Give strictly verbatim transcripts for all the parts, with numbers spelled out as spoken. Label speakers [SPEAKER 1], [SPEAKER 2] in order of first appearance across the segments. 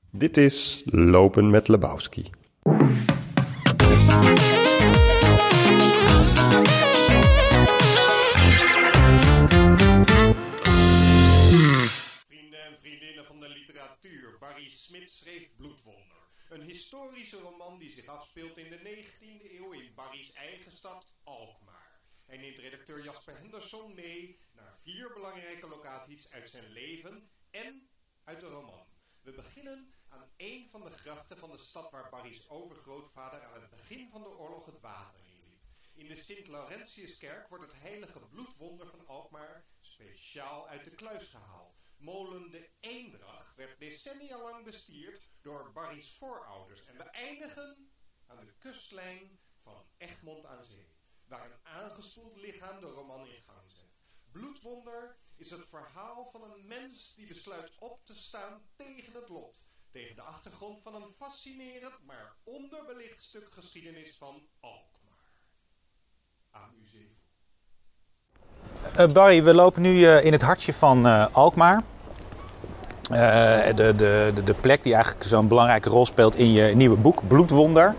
[SPEAKER 1] Dit is Lopen met Lebowski.
[SPEAKER 2] Vrienden en vriendinnen van de literatuur, Barry Smith schreef Bloedwonder. Een historische roman die zich afspeelt in de negentiende eeuw in Barry's eigen stad Alkmaar. Hij neemt redacteur Jasper Henderson mee naar vier belangrijke locaties uit zijn leven en uit de roman. We beginnen aan een van de grachten van de stad waar Barry's overgrootvader aan het begin van de oorlog het water inliep. In de Sint-Laurentiuskerk wordt het heilige bloedwonder van Alkmaar speciaal uit de kluis gehaald. Molen de Eendracht werd decennia lang bestierd door Barry's voorouders en we eindigen aan de kustlijn van Egmond aan Zee, waar een aangespoeld lichaam de roman in gang zet. Bloedwonder is het verhaal van een mens die besluit op te staan tegen het lot, tegen de achtergrond van een fascinerend maar onderbelicht stuk geschiedenis van Alkmaar. Aan u zeven.
[SPEAKER 3] Uh, Barry, we lopen nu uh, in het hartje van uh, Alkmaar. Uh, de, de, de, de plek die eigenlijk zo'n belangrijke rol speelt in je nieuwe boek, Bloedwonder.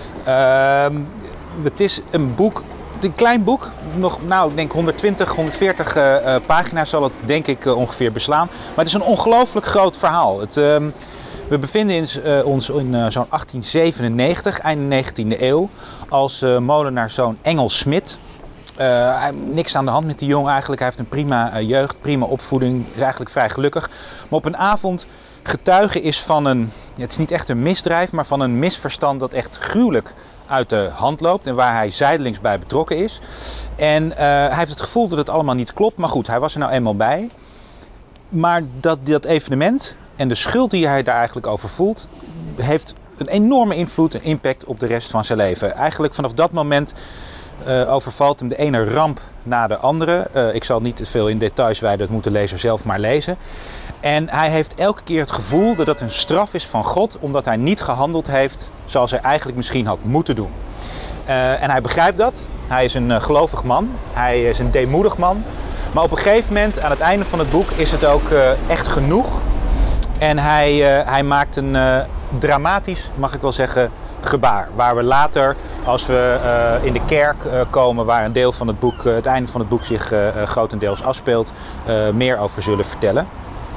[SPEAKER 3] Uh, het is een boek, een klein boek, nog, nou, ik denk honderdtwintig, honderdveertig uh, uh, pagina's zal het denk ik uh, ongeveer beslaan. Maar het is een ongelooflijk groot verhaal. Het, uh, we bevinden in, uh, ons in uh, zo'n achttien zevenennegentig, einde negentiende eeuw, als uh, molenaarszoon Engel Smit. Uh, niks aan de hand met die jongen eigenlijk. Hij heeft een prima uh, jeugd, prima opvoeding, is eigenlijk vrij gelukkig. Maar op een avond getuige is van een, het is niet echt een misdrijf, maar van een misverstand dat echt gruwelijk uit de hand loopt en waar hij zijdelings bij betrokken is. En uh, hij heeft het gevoel dat het allemaal niet klopt, maar goed, hij was er nou eenmaal bij. Maar dat, dat evenement en de schuld die hij daar eigenlijk over voelt, heeft een enorme invloed en impact op de rest van zijn leven. Eigenlijk vanaf dat moment Uh, overvalt hem de ene ramp na de andere. Uh, ik zal niet te veel in details wijden, dat moet de lezer zelf maar lezen. En hij heeft elke keer het gevoel dat het een straf is van God, omdat hij niet gehandeld heeft zoals hij eigenlijk misschien had moeten doen. Uh, en hij begrijpt dat. Hij is een uh, gelovig man. Hij is een deemoedig man. Maar op een gegeven moment, aan het einde van het boek, is het ook uh, echt genoeg. En hij, uh, hij maakt een uh, dramatisch, mag ik wel zeggen, gebaar. Waar we later, als we uh, in de kerk uh, komen, waar een deel van het boek, uh, het einde van het boek zich uh, uh, grotendeels afspeelt, uh, meer over zullen vertellen.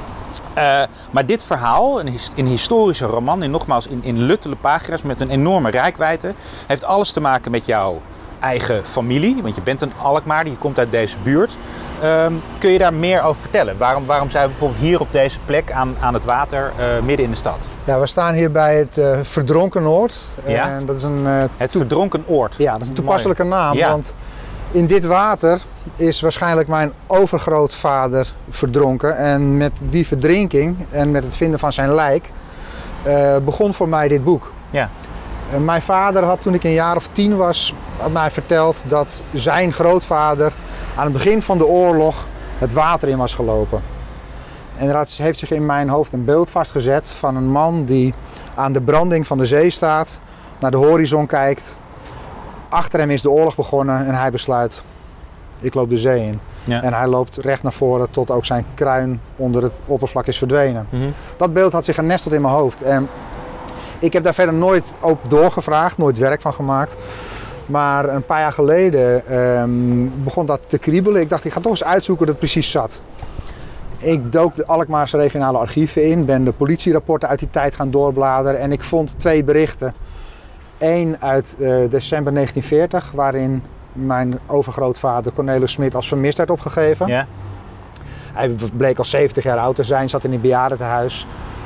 [SPEAKER 3] Uh, maar dit verhaal, een, his- een historische roman, in, nogmaals in, in luttele pagina's met een enorme reikwijdte, heeft alles te maken met jouw eigen familie. Want je bent een Alkmaarder, je komt uit deze buurt. Uh, kun je daar meer over vertellen? Waarom, waarom zijn we bijvoorbeeld hier op deze plek aan, aan het water, uh, midden in de stad?
[SPEAKER 4] Ja, we staan hier bij het uh, Verdronken Oord.
[SPEAKER 3] Ja?
[SPEAKER 4] En dat is een, uh,
[SPEAKER 3] Het
[SPEAKER 4] toe-
[SPEAKER 3] Verdronken Oord.
[SPEAKER 4] Ja, dat is een toepasselijke naam.
[SPEAKER 3] Ja.
[SPEAKER 4] Want in dit water is waarschijnlijk mijn overgrootvader verdronken. En met die verdrinking en met het vinden van zijn lijk uh, begon voor mij dit boek.
[SPEAKER 3] Ja.
[SPEAKER 4] Uh, mijn vader had, toen ik een jaar of tien was, had mij verteld dat zijn grootvader aan het begin van de oorlog het water in was gelopen. En er had, heeft zich in mijn hoofd een beeld vastgezet van een man die aan de branding van de zee staat, naar de horizon kijkt. Achter hem is de oorlog begonnen en hij besluit, ik loop de zee in.
[SPEAKER 3] Ja.
[SPEAKER 4] En hij loopt recht naar voren tot ook zijn kruin onder het oppervlak is verdwenen.
[SPEAKER 3] Mm-hmm.
[SPEAKER 4] Dat beeld had zich genesteld in mijn hoofd. En ik heb daar verder nooit op doorgevraagd, nooit werk van gemaakt. Maar een paar jaar geleden um, begon dat te kriebelen. Ik dacht, ik ga toch eens uitzoeken hoe dat precies zat. Ik dook de Alkmaarse regionale archieven in, ben de politierapporten uit die tijd gaan doorbladeren en ik vond twee berichten. Eén uit uh, december negentien veertig, waarin mijn overgrootvader Cornelis Smit als vermist werd opgegeven.
[SPEAKER 3] Ja.
[SPEAKER 4] Hij bleek al zeventig jaar oud te zijn, zat in een bejaardentehuis.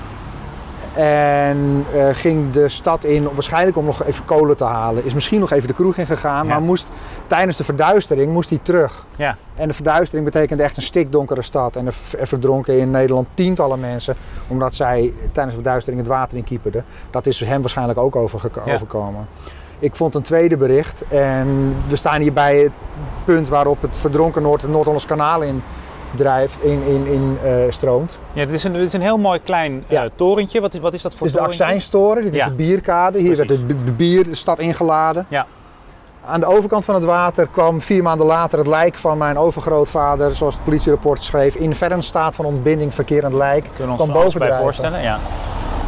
[SPEAKER 4] En uh, ging de stad in, waarschijnlijk om nog even kolen te halen. Is misschien nog even de kroeg in gegaan,
[SPEAKER 3] Ja.
[SPEAKER 4] maar moest, tijdens de verduistering moest hij terug.
[SPEAKER 3] Ja.
[SPEAKER 4] En de verduistering betekende echt een stikdonkere stad. En er, er verdronken in Nederland tientallen mensen, omdat zij tijdens de verduistering het water in kieperden. Dat is hem waarschijnlijk ook overge-
[SPEAKER 3] Ja.
[SPEAKER 4] overkomen. Ik vond een tweede bericht en we staan hier bij het punt waarop het verdronken Noord, het Noord-Hollands Kanaal in drijft, in, in, in uh, stroomt.
[SPEAKER 3] Ja, dit is een, dit is een heel mooi klein uh,
[SPEAKER 4] Ja.
[SPEAKER 3] torentje. Wat is, wat is dat voor
[SPEAKER 4] Dit is de
[SPEAKER 3] torentje?
[SPEAKER 4] accijnstoren, dit is
[SPEAKER 3] Ja.
[SPEAKER 4] de bierkade. Hier
[SPEAKER 3] Precies.
[SPEAKER 4] werd het b- bier de stad ingeladen.
[SPEAKER 3] Ja.
[SPEAKER 4] Aan de overkant van het water kwam vier maanden later het lijk van mijn overgrootvader, zoals het politierapport schreef, in verre staat van ontbinding verkerend lijk.
[SPEAKER 3] Kunnen we
[SPEAKER 4] kwam
[SPEAKER 3] ons alles bij
[SPEAKER 4] bovendrijven.
[SPEAKER 3] voorstellen? Ja.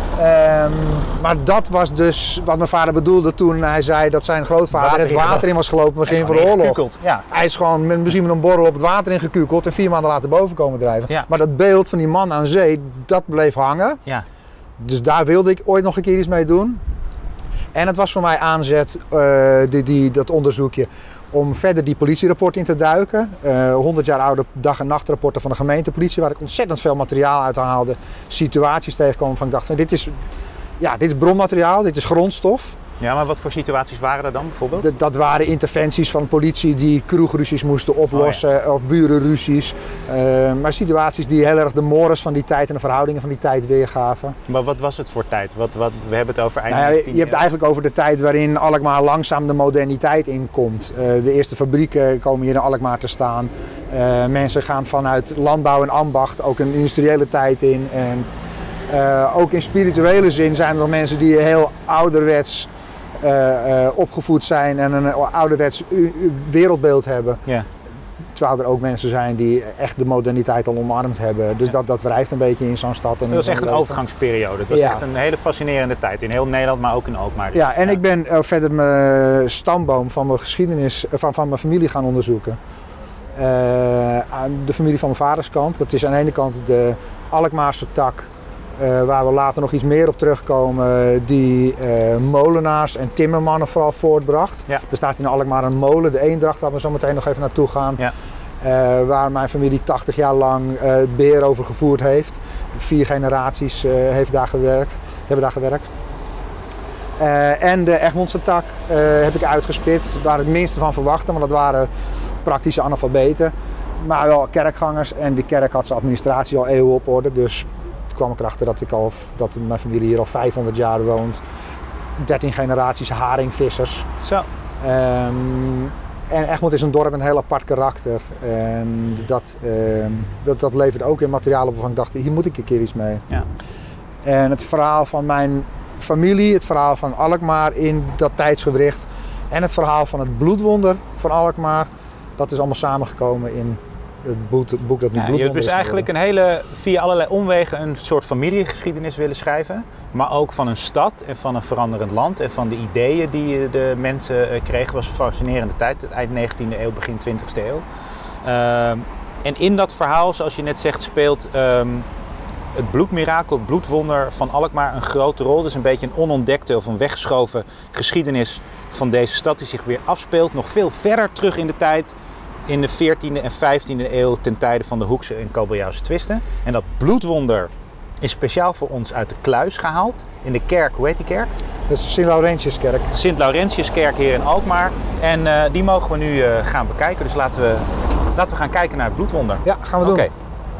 [SPEAKER 4] Um, maar dat was dus wat mijn vader bedoelde toen hij zei dat zijn grootvader
[SPEAKER 3] Water
[SPEAKER 4] het
[SPEAKER 3] in
[SPEAKER 4] water in was gelopen begin van de oorlog.
[SPEAKER 3] Ja.
[SPEAKER 4] Hij is gewoon met, misschien met een borrel op het water ingekukeld en vier maanden later boven komen drijven.
[SPEAKER 3] Ja.
[SPEAKER 4] Maar dat beeld van die man aan zee, dat bleef hangen.
[SPEAKER 3] Ja.
[SPEAKER 4] Dus daar wilde ik ooit nog een keer iets mee doen. En het was voor mij aanzet, uh, die, die, dat onderzoekje, om verder die politierapport in te duiken. Uh, honderd jaar oude dag- en nachtrapporten van de gemeentepolitie, waar ik ontzettend veel materiaal uit haalde. Situaties tegenkwam van ik dacht, van, dit, is, ja, dit is bronmateriaal, dit is grondstof.
[SPEAKER 3] Ja, maar wat voor situaties waren er dan bijvoorbeeld?
[SPEAKER 4] Dat, dat waren interventies van politie die kroegruzies moesten oplossen, oh ja. of burenruzies. Uh, maar situaties die heel erg de mores van die tijd en de verhoudingen van die tijd weergaven.
[SPEAKER 3] Maar wat was het voor tijd? Wat, wat, we hebben het over eind
[SPEAKER 4] nou ja,
[SPEAKER 3] negentiende
[SPEAKER 4] je hebt het eigenlijk over de tijd waarin Alkmaar langzaam de moderniteit inkomt. Uh, de eerste fabrieken komen hier in Alkmaar te staan. Uh, mensen gaan vanuit landbouw en ambacht ook een industriële tijd in. En uh, ook in spirituele zin zijn er nog mensen die heel ouderwets Uh, uh, opgevoed zijn en een ouderwets wereldbeeld hebben.
[SPEAKER 3] Ja.
[SPEAKER 4] Terwijl er ook mensen zijn die echt de moderniteit al omarmd hebben. Dus ja. dat, dat wrijft een beetje in zo'n stad. En
[SPEAKER 3] dat was echt een leven. overgangsperiode. Het was ja. echt een hele fascinerende tijd in heel Nederland, maar ook in Alkmaar.
[SPEAKER 4] Ja, en ja. ik ben uh, verder mijn stamboom van mijn geschiedenis, uh, van, van mijn familie gaan onderzoeken. Uh, aan de familie van mijn vaderskant. Dat is aan de ene kant de Alkmaarse tak. Uh, waar we later nog iets meer op terugkomen, die uh, molenaars en timmermannen vooral voortbracht. Ja. Er staat in Alkmaar een molen, de Eendracht, waar we zo meteen nog even naartoe gaan. Ja. Uh, waar mijn familie tachtig jaar lang uh, het beheer over gevoerd heeft. Vier generaties uh, heeft daar gewerkt, hebben daar gewerkt. Uh, en de Egmondse tak uh, heb ik uitgespit, waar het minste van verwachten, want dat waren praktische analfabeten. Maar wel kerkgangers en die kerk had zijn administratie al eeuwen op orde. Dus kwam ik erachter dat, ik al, dat mijn familie hier al vijfhonderd jaar woont. dertien generaties haringvissers.
[SPEAKER 3] Zo.
[SPEAKER 4] Um, en Egmond is een dorp met een heel apart karakter. En dat, um, dat, dat levert ook weer materiaal op waarvan ik dacht, hier moet ik een keer iets mee.
[SPEAKER 3] Ja.
[SPEAKER 4] En het verhaal van mijn familie, het verhaal van Alkmaar in dat tijdsgewricht en het verhaal van het bloedwonder van Alkmaar, dat is allemaal samengekomen in het boek, het boek dat nu
[SPEAKER 3] ja,
[SPEAKER 4] bloedwonder is.
[SPEAKER 3] Je hebt dus eigenlijk een hele, via allerlei omwegen een soort familiegeschiedenis willen schrijven. Maar ook van een stad en van een veranderend land. En van de ideeën die de mensen kregen. Was een fascinerende tijd. Eind negentiende eeuw, begin twintigste eeuw. Uh, en in dat verhaal, zoals je net zegt, speelt um, het bloedmirakel, het bloedwonder van Alkmaar een grote rol. Dus een beetje een onontdekte of een weggeschoven geschiedenis van deze stad die zich weer afspeelt. Nog veel verder terug in de tijd. In de veertiende en vijftiende eeuw ten tijde van de Hoekse en Kabeljauwse twisten. En dat bloedwonder is speciaal voor ons uit de kluis gehaald. In de kerk, hoe heet die kerk?
[SPEAKER 4] Dat is Sint-Laurentiuskerk.
[SPEAKER 3] Sint-Laurentiuskerk hier in Alkmaar. En uh, die mogen we nu uh, gaan bekijken. Dus laten we, laten we gaan kijken naar het bloedwonder.
[SPEAKER 4] Ja, gaan we doen.
[SPEAKER 3] Okay.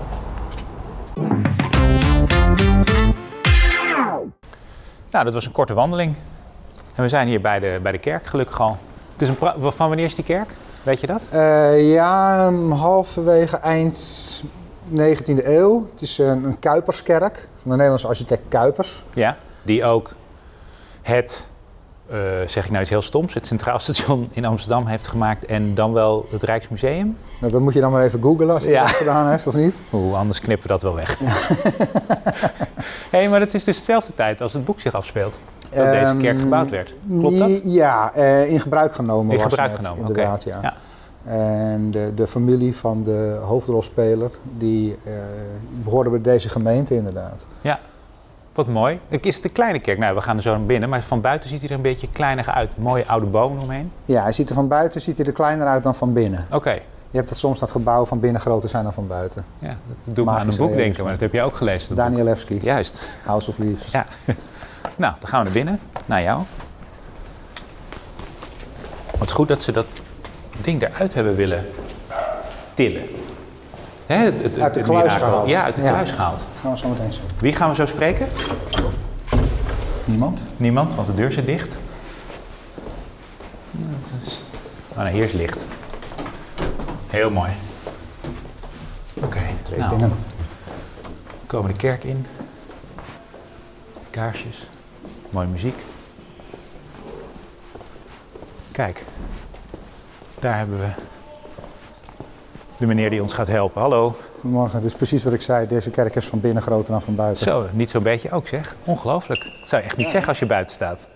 [SPEAKER 3] Nou, dat was een korte wandeling. En we zijn hier bij de, bij de kerk, gelukkig al. Het is een pra- van wanneer is die kerk? Weet je dat?
[SPEAKER 4] Uh, ja, halverwege eind negentiende eeuw. Het is een, een Kuiperskerk van de Nederlandse architect Kuipers.
[SPEAKER 3] Ja, die ook het, uh, zeg ik nou iets heel stoms, het Centraal Station in Amsterdam heeft gemaakt en dan wel het Rijksmuseum.
[SPEAKER 4] Nou, dat moet je dan maar even googlen als je ja. dat gedaan heeft, of niet?
[SPEAKER 3] Oeh, anders knippen we dat wel weg. Ja. Hey, maar het is dus dezelfde tijd als het boek zich afspeelt. Dat um, deze kerk gebouwd werd. Klopt dat?
[SPEAKER 4] Ja, uh, in gebruik genomen
[SPEAKER 3] in
[SPEAKER 4] was
[SPEAKER 3] gebruik
[SPEAKER 4] het,
[SPEAKER 3] genomen,
[SPEAKER 4] inderdaad.
[SPEAKER 3] Okay.
[SPEAKER 4] Ja.
[SPEAKER 3] Ja.
[SPEAKER 4] En de, de familie van de hoofdrolspeler, die uh, behoorde bij deze gemeente inderdaad.
[SPEAKER 3] Ja, wat mooi. Is het een kleine kerk? Nou, we gaan er zo naar binnen, maar van buiten ziet hij er een beetje kleiner uit. Mooie oude bomen omheen.
[SPEAKER 4] Ja, hij ziet er van buiten ziet hij er kleiner uit dan van binnen.
[SPEAKER 3] Oké. Okay.
[SPEAKER 4] Je hebt dat soms dat gebouwen van binnen groter zijn dan van buiten.
[SPEAKER 3] Ja, dat doet me aan een boek denken, maar dat heb je ook gelezen.
[SPEAKER 4] Danielewski.
[SPEAKER 3] Juist.
[SPEAKER 4] House of Leaves.
[SPEAKER 3] Ja. Nou, dan gaan we naar binnen, naar jou. Wat goed dat ze dat ding eruit hebben willen tillen. Hè, het, het,
[SPEAKER 4] uit de
[SPEAKER 3] het
[SPEAKER 4] kluis
[SPEAKER 3] mirakel.
[SPEAKER 4] gehaald.
[SPEAKER 3] Ja, uit de
[SPEAKER 4] ja.
[SPEAKER 3] kluis gehaald.
[SPEAKER 4] Dat gaan we zo meteen zien.
[SPEAKER 3] Wie gaan we zo spreken?
[SPEAKER 4] Niemand.
[SPEAKER 3] Niemand, want de deur zit dicht. Is... Oh nee, hier is licht. Heel mooi. Oké, okay, nou, binnen. We komen de kerk in. Kaarsjes. Mooie muziek. Kijk, daar hebben we de meneer die ons gaat helpen. Hallo.
[SPEAKER 4] Goedemorgen, dit is precies wat ik zei. Deze kerk is van binnen groter dan van buiten.
[SPEAKER 3] Zo, niet zo'n beetje ook zeg. Ongelooflijk. Dat zou je echt niet zeggen als je buiten staat.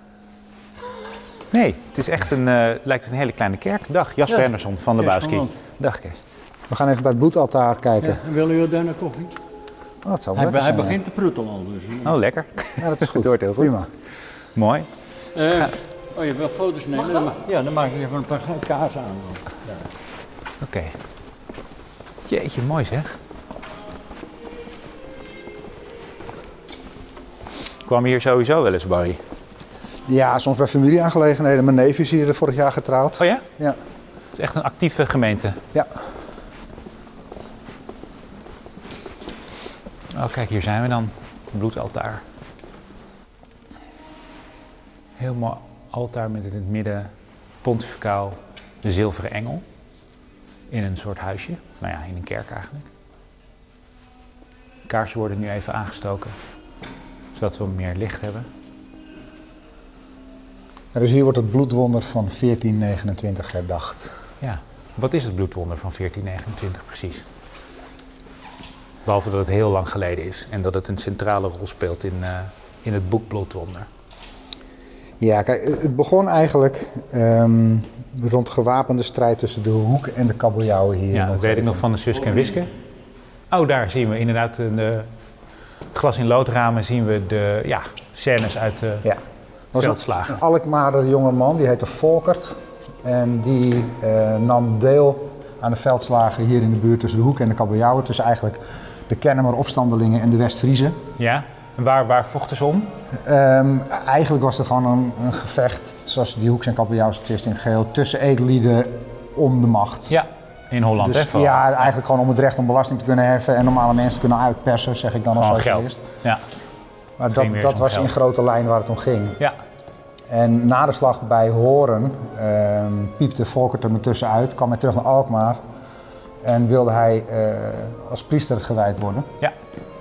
[SPEAKER 3] Nee, het is echt een, uh, lijkt een hele kleine kerk. Dag, Jasper
[SPEAKER 5] Ja,
[SPEAKER 3] Henderson van de
[SPEAKER 5] Kees
[SPEAKER 3] Bouwski.
[SPEAKER 5] van Land.
[SPEAKER 3] Dag Kees.
[SPEAKER 4] We gaan even bij het bloedaltaar kijken.
[SPEAKER 5] Ja, en wil u daar naar koffie?
[SPEAKER 4] Oh, dat zou wel
[SPEAKER 5] Hij,
[SPEAKER 4] lekker
[SPEAKER 5] hij
[SPEAKER 4] zijn,
[SPEAKER 5] begint te pruttelen al dus.
[SPEAKER 3] Oh, lekker.
[SPEAKER 4] Ja, dat is goed.
[SPEAKER 3] Het wordt heel goed.
[SPEAKER 4] Prima.
[SPEAKER 3] Mooi.
[SPEAKER 5] Uh,
[SPEAKER 3] Ga-
[SPEAKER 5] oh, je wil foto's nemen? Dan ma- ja, dan maak ik even een paar kaarsen aan. Ja.
[SPEAKER 3] Oké. Okay. Jeetje, mooi zeg. Kwam je hier sowieso wel eens, Barry?
[SPEAKER 4] Ja, soms bij familieaangelegenheden. Mijn neef is hier vorig jaar getrouwd.
[SPEAKER 3] Oh ja?
[SPEAKER 4] Ja.
[SPEAKER 3] Het is echt een actieve gemeente.
[SPEAKER 4] Ja.
[SPEAKER 3] Oh, kijk, hier zijn we dan. Bloedaltaar. Heel mooi altaar met in het midden pontificaal de zilveren engel. In een soort huisje. Nou ja, in een kerk eigenlijk. Kaarsen worden nu even aangestoken. Zodat we meer licht hebben.
[SPEAKER 4] Ja, dus hier wordt het bloedwonder van veertien negenentwintig herdacht.
[SPEAKER 3] Ja. Wat is het bloedwonder van veertien negenentwintig precies? Behalve dat het heel lang geleden is en dat het een centrale rol speelt in, uh, in het boek Bloedwonder.
[SPEAKER 4] Ja, kijk, het begon eigenlijk um, rond gewapende strijd tussen de Hoek en de kabeljauwen hier.
[SPEAKER 3] Ja, dat weet ik nog van de Suske en Wiske. Oh, daar zien we inderdaad in de glas in loodramen zien we de ja, scènes uit de
[SPEAKER 4] ja. Was
[SPEAKER 3] veldslagen.
[SPEAKER 4] Een Alkmaarder jonge man, die heette Volkert. En die uh, nam deel aan de veldslagen hier in de buurt tussen de Hoek en de kabeljauwen. Tussen eigenlijk de Kennemer opstandelingen en de West-Friezen.
[SPEAKER 3] Ja, en waar, waar vochten ze om?
[SPEAKER 4] Um, eigenlijk was het gewoon een, een gevecht, zoals die Hoeks en kabeljauwen twist in het geheel, tussen edellieden om de macht.
[SPEAKER 3] Ja, in Holland,
[SPEAKER 4] dus,
[SPEAKER 3] hè? Vooral.
[SPEAKER 4] Ja, eigenlijk gewoon om het recht om belasting te kunnen heffen en normale mensen te kunnen uitpersen, zeg ik dan als
[SPEAKER 3] Gewoon
[SPEAKER 4] socialist.
[SPEAKER 3] geld. Ja.
[SPEAKER 4] Maar dat, dat was in grote lijn waar het om ging.
[SPEAKER 3] Ja.
[SPEAKER 4] En na de slag bij Horen um, piepte Volkert er me tussenuit, kwam hij terug naar Alkmaar en wilde hij uh, als priester gewijd worden.
[SPEAKER 3] Ja.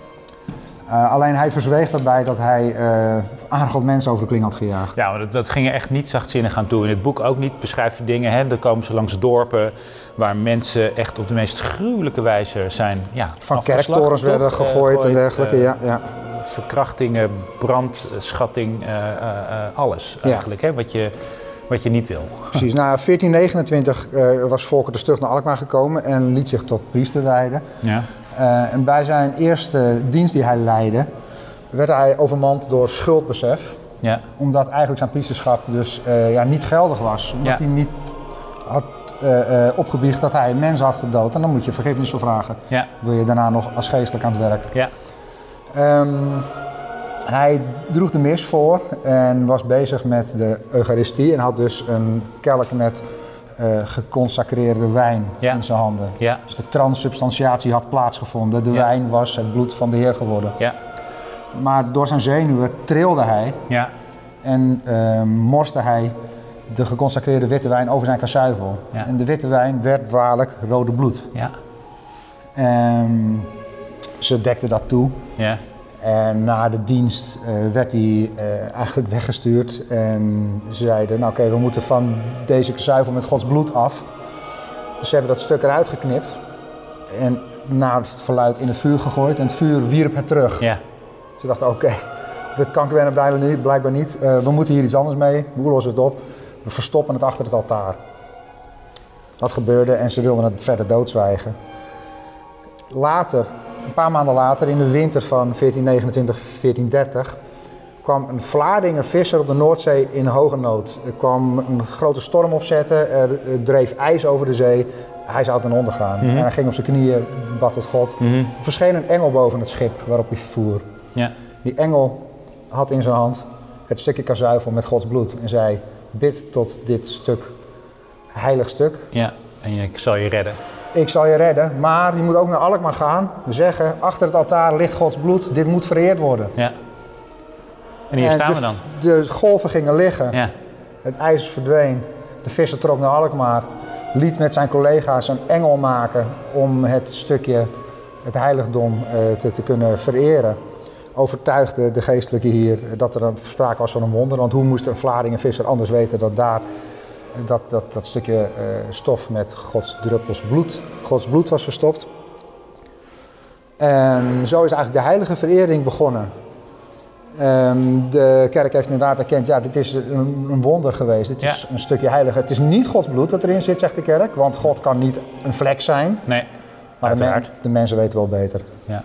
[SPEAKER 4] Uh, alleen hij verzweeg daarbij dat hij uh, aardig wat mensen over de kling had gejaagd.
[SPEAKER 3] Ja, maar dat, dat ging er echt niet zachtzinnig aan toe. In het boek ook niet. Beschrijft je dingen, hè? Dan komen ze langs dorpen waar mensen echt op de meest gruwelijke wijze zijn ja,
[SPEAKER 4] van kerktorens werden
[SPEAKER 3] toch?
[SPEAKER 4] gegooid
[SPEAKER 3] uh,
[SPEAKER 4] en dergelijke,
[SPEAKER 3] uh,
[SPEAKER 4] ja, ja.
[SPEAKER 3] Verkrachtingen, brandschatting, uh, uh, uh, alles eigenlijk, ja. hè? Wat, je, wat je niet wil.
[SPEAKER 4] Precies, na veertien negenentwintig uh, was Volkert dus terug naar Alkmaar gekomen en liet zich tot priester wijden.
[SPEAKER 3] Ja.
[SPEAKER 4] Uh, en bij zijn eerste dienst die hij leidde, werd hij overmand door schuldbesef.
[SPEAKER 3] Ja.
[SPEAKER 4] Omdat eigenlijk zijn priesterschap dus uh, ja, niet geldig was. Omdat
[SPEAKER 3] ja.
[SPEAKER 4] hij niet had uh, uh, opgebiecht dat hij mensen had gedood. En dan moet je vergiffenis voor vragen.
[SPEAKER 3] Ja.
[SPEAKER 4] Wil je daarna nog als geestelijk aan het werk.
[SPEAKER 3] Ja.
[SPEAKER 4] Um, hij droeg de mis voor en was bezig met de Eucharistie. En had dus een kelk met uh, geconsacreerde wijn
[SPEAKER 3] ja.
[SPEAKER 4] in zijn handen.
[SPEAKER 3] Ja.
[SPEAKER 4] Dus de transsubstantiatie had plaatsgevonden. De ja. wijn was het bloed van de Heer geworden.
[SPEAKER 3] Ja.
[SPEAKER 4] Maar door zijn zenuwen trilde hij
[SPEAKER 3] ja.
[SPEAKER 4] en uh, morste hij de geconsacreerde witte wijn over zijn kasuivel.
[SPEAKER 3] Ja.
[SPEAKER 4] En de witte wijn werd waarlijk rode bloed.
[SPEAKER 3] Ja.
[SPEAKER 4] Um, ze dekten dat toe.
[SPEAKER 3] Ja.
[SPEAKER 4] En na de dienst uh, werd hij uh, eigenlijk weggestuurd en ze zeiden, nou oké, okay, we moeten van deze zuivel met Gods bloed af. Dus ze hebben dat stuk eruit geknipt en na het verluid in het vuur gegooid en het vuur wierp het terug.
[SPEAKER 3] Ja.
[SPEAKER 4] Ze dachten, oké, okay, dit kan ik blijkbaar niet, uh, we moeten hier iets anders mee, we lossen het op, we verstoppen het achter het altaar. Dat gebeurde en ze wilden het verder doodzwijgen. Later, een paar maanden later, in de winter van veertien negenentwintig, veertien dertig, kwam een Vlaardinger visser op de Noordzee in hoge nood. Er kwam een grote storm opzetten, er dreef ijs over de zee. Hij zou ten onder gaan. Mm-hmm. En hij ging op zijn knieën, bad tot God.
[SPEAKER 3] Mm-hmm.
[SPEAKER 4] Er verscheen een engel boven het schip waarop hij voer.
[SPEAKER 3] Ja.
[SPEAKER 4] Die engel had in zijn hand het stukje kazuivel met Gods bloed en zei, bid tot dit stuk, heilig stuk.
[SPEAKER 3] Ja, en ik zal je redden.
[SPEAKER 4] Ik zal je redden, maar je moet ook naar Alkmaar gaan. Zeggen, achter het altaar ligt Gods bloed, dit moet vereerd worden.
[SPEAKER 3] Ja. En hier en staan
[SPEAKER 4] de,
[SPEAKER 3] we dan.
[SPEAKER 4] De golven gingen liggen,
[SPEAKER 3] ja.
[SPEAKER 4] Het ijs verdween, de visser trok naar Alkmaar. Liet met zijn collega's een engel maken om het stukje, het heiligdom, uh, te, te kunnen vereren. Overtuigde de geestelijke hier dat er een sprake was van een wonder. Want hoe moest een Vlaardingen visser anders weten dat daar dat, dat, dat stukje uh, stof met Gods druppels bloed, Gods bloed was verstopt. En zo is eigenlijk de heilige verering begonnen. Um, de kerk heeft inderdaad erkend, ja, dit is een, een wonder geweest. Dit is ja. een stukje heilige. Het is niet Gods bloed dat erin zit, zegt de kerk. Want God kan niet een vlek zijn.
[SPEAKER 3] Nee,
[SPEAKER 4] maar de, men, de mensen weten wel beter.
[SPEAKER 3] Ja.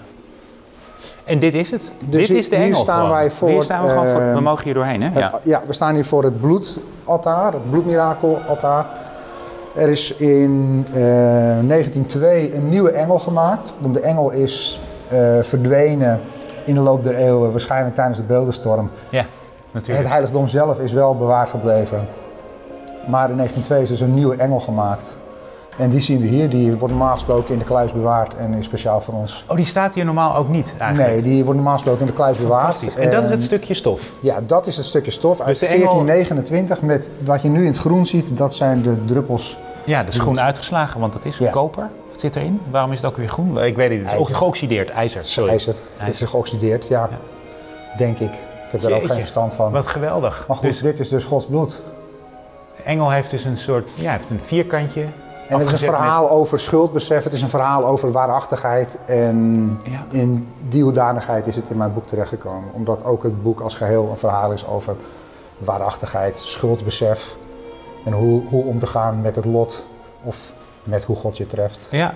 [SPEAKER 3] En dit is het?
[SPEAKER 4] Dus
[SPEAKER 3] dit is de engel
[SPEAKER 4] staan wij voor,
[SPEAKER 3] hier staan we gewoon voor. We mogen hier doorheen, hè?
[SPEAKER 4] Het, ja. ja, we staan hier voor het bloedaltaar, het bloedmirakelaltaar. Er is in uh, negentien nul twee een nieuwe engel gemaakt. De engel is uh, verdwenen in de loop der eeuwen, waarschijnlijk tijdens de beeldenstorm.
[SPEAKER 3] Ja, natuurlijk.
[SPEAKER 4] Het heiligdom zelf is wel bewaard gebleven. Maar in negentien nul twee is dus een nieuwe engel gemaakt. En die zien we hier, die wordt normaal gesproken in de kluis bewaard en is speciaal voor ons.
[SPEAKER 3] Oh, die staat hier normaal ook niet eigenlijk?
[SPEAKER 4] Nee, die wordt normaal gesproken in de kluis bewaard.
[SPEAKER 3] En, en dat is het stukje stof?
[SPEAKER 4] Ja, dat is het stukje stof
[SPEAKER 3] dus
[SPEAKER 4] uit veertien negenentwintig. Met wat je nu in het groen ziet, dat zijn de druppels.
[SPEAKER 3] Ja, dat is groen uitgeslagen, want dat is ja. koper. Wat zit erin? Waarom is het ook weer groen? Ik weet niet, het is ook geoxideerd ijzer. Sorry.
[SPEAKER 4] IJzer, het is geoxideerd, ja. ja. Denk ik. Ik heb Jeetje, daar ook geen verstand van.
[SPEAKER 3] Wat geweldig.
[SPEAKER 4] Maar goed, dus, dit is dus Gods bloed.
[SPEAKER 3] De engel heeft dus een soort, ja, heeft een vierkantje.
[SPEAKER 4] En het is een verhaal met... over schuldbesef, het is een verhaal over waarachtigheid. En ja. in die hoedanigheid is het in mijn boek terechtgekomen. Omdat ook het boek als geheel een verhaal is over waarachtigheid, schuldbesef. En hoe, hoe om te gaan met het lot of met hoe God je treft.
[SPEAKER 3] Ja,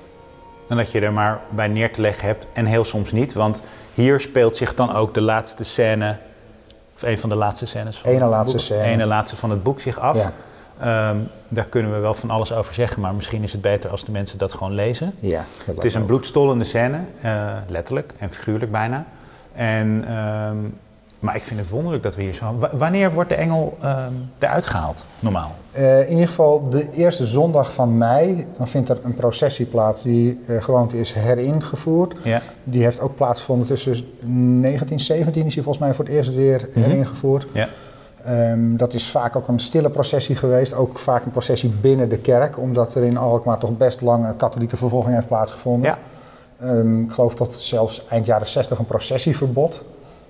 [SPEAKER 3] en dat je er maar bij neer te leggen hebt en heel soms niet. Want hier speelt zich dan ook de laatste scène, of een van de laatste scènes van
[SPEAKER 4] Ene
[SPEAKER 3] het
[SPEAKER 4] laatste
[SPEAKER 3] boek.
[SPEAKER 4] scène.
[SPEAKER 3] Ene laatste van het boek zich af.
[SPEAKER 4] Ja.
[SPEAKER 3] Um, daar kunnen we wel van alles over zeggen, maar misschien is het beter als de mensen dat gewoon lezen.
[SPEAKER 4] Ja, dat
[SPEAKER 3] het is een ook. bloedstollende scène, uh, letterlijk en figuurlijk bijna. En, um, maar ik vind het wonderlijk dat we hier zo... W- wanneer wordt de engel um, eruit gehaald, normaal?
[SPEAKER 4] Uh, in ieder geval de eerste zondag van mei, dan vindt er een processie plaats die uh, gewoonte is heringevoerd.
[SPEAKER 3] Ja.
[SPEAKER 4] Die heeft ook plaatsgevonden tussen negentien zeventien is hij volgens mij voor het eerst weer mm-hmm. heringevoerd.
[SPEAKER 3] Ja.
[SPEAKER 4] Um, dat is vaak ook een stille processie geweest, ook vaak een processie binnen de kerk, omdat er in Alkmaar toch best lang een katholieke vervolging heeft plaatsgevonden.
[SPEAKER 3] Ja.
[SPEAKER 4] Um, ik geloof tot zelfs eind jaren zestig een processieverbod.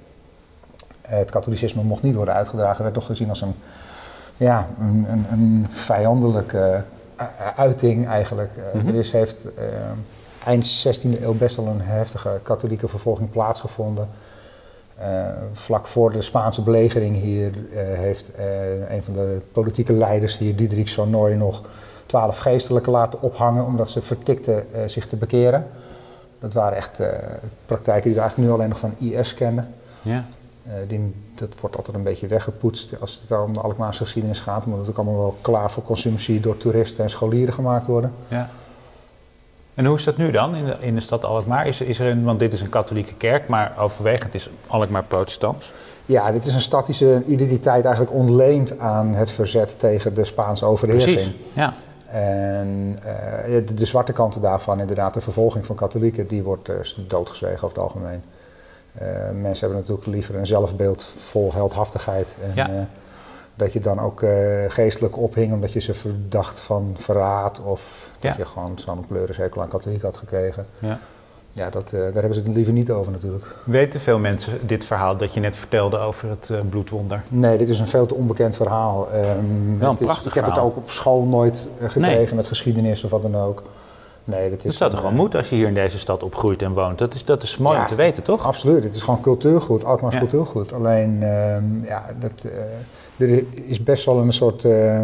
[SPEAKER 4] Uh, het katholicisme mocht niet worden uitgedragen, werd toch gezien als een, ja, een, een, een vijandelijke uh, uiting eigenlijk. Uh, mm-hmm. Er is, heeft uh, eind zestiende eeuw best wel een heftige katholieke vervolging plaatsgevonden. Uh, vlak voor de Spaanse belegering hier uh, heeft uh, een van de politieke leiders hier, Diederik Sonoy, nog twaalf geestelijken laten ophangen omdat ze vertikten uh, zich te bekeren. Dat waren echt uh, praktijken die we eigenlijk nu alleen nog van I S kennen.
[SPEAKER 3] Ja.
[SPEAKER 4] Uh, die, dat wordt altijd een beetje weggepoetst als het om de Alkmaarse geschiedenis gaat, omdat het ook allemaal wel klaar voor consumptie door toeristen en scholieren gemaakt worden.
[SPEAKER 3] Ja. En hoe is dat nu dan in de, in de stad Alkmaar? Is, is er een, want dit is een katholieke kerk, maar overwegend is Alkmaar protestants.
[SPEAKER 4] Ja, dit is een stad die zijn identiteit eigenlijk ontleent aan het verzet tegen de Spaanse overheersing.
[SPEAKER 3] Precies, ja.
[SPEAKER 4] En uh, de, de zwarte kanten daarvan, inderdaad de vervolging van katholieken, die wordt uh, doodgezwegen over het algemeen. Uh, mensen hebben natuurlijk liever een zelfbeeld vol heldhaftigheid. En,
[SPEAKER 3] ja.
[SPEAKER 4] uh, dat je dan ook uh, geestelijk ophing omdat je ze verdacht van verraad of
[SPEAKER 3] ja.
[SPEAKER 4] dat je gewoon zo'n pleurishekel aan katholiek had gekregen.
[SPEAKER 3] Ja,
[SPEAKER 4] ja dat, uh, daar hebben ze het liever niet over natuurlijk.
[SPEAKER 3] Weten veel mensen dit verhaal dat je net vertelde over het uh, bloedwonder?
[SPEAKER 4] Nee, dit is een veel te onbekend verhaal. Um,
[SPEAKER 3] Wel een
[SPEAKER 4] is,
[SPEAKER 3] prachtig
[SPEAKER 4] Ik heb
[SPEAKER 3] verhaal.
[SPEAKER 4] het ook op school nooit uh, gekregen nee. met geschiedenis of wat dan ook. Nee, dat is
[SPEAKER 3] dat zou toch
[SPEAKER 4] uh,
[SPEAKER 3] wel moeten als je hier in deze stad opgroeit en woont? Dat is, dat is mooi
[SPEAKER 4] ja,
[SPEAKER 3] om te weten, toch?
[SPEAKER 4] Absoluut, het is gewoon cultuurgoed, Alkmaars
[SPEAKER 3] ja. cultuurgoed.
[SPEAKER 4] Alleen, uh, ja, dat, uh, er is best wel een soort... Uh,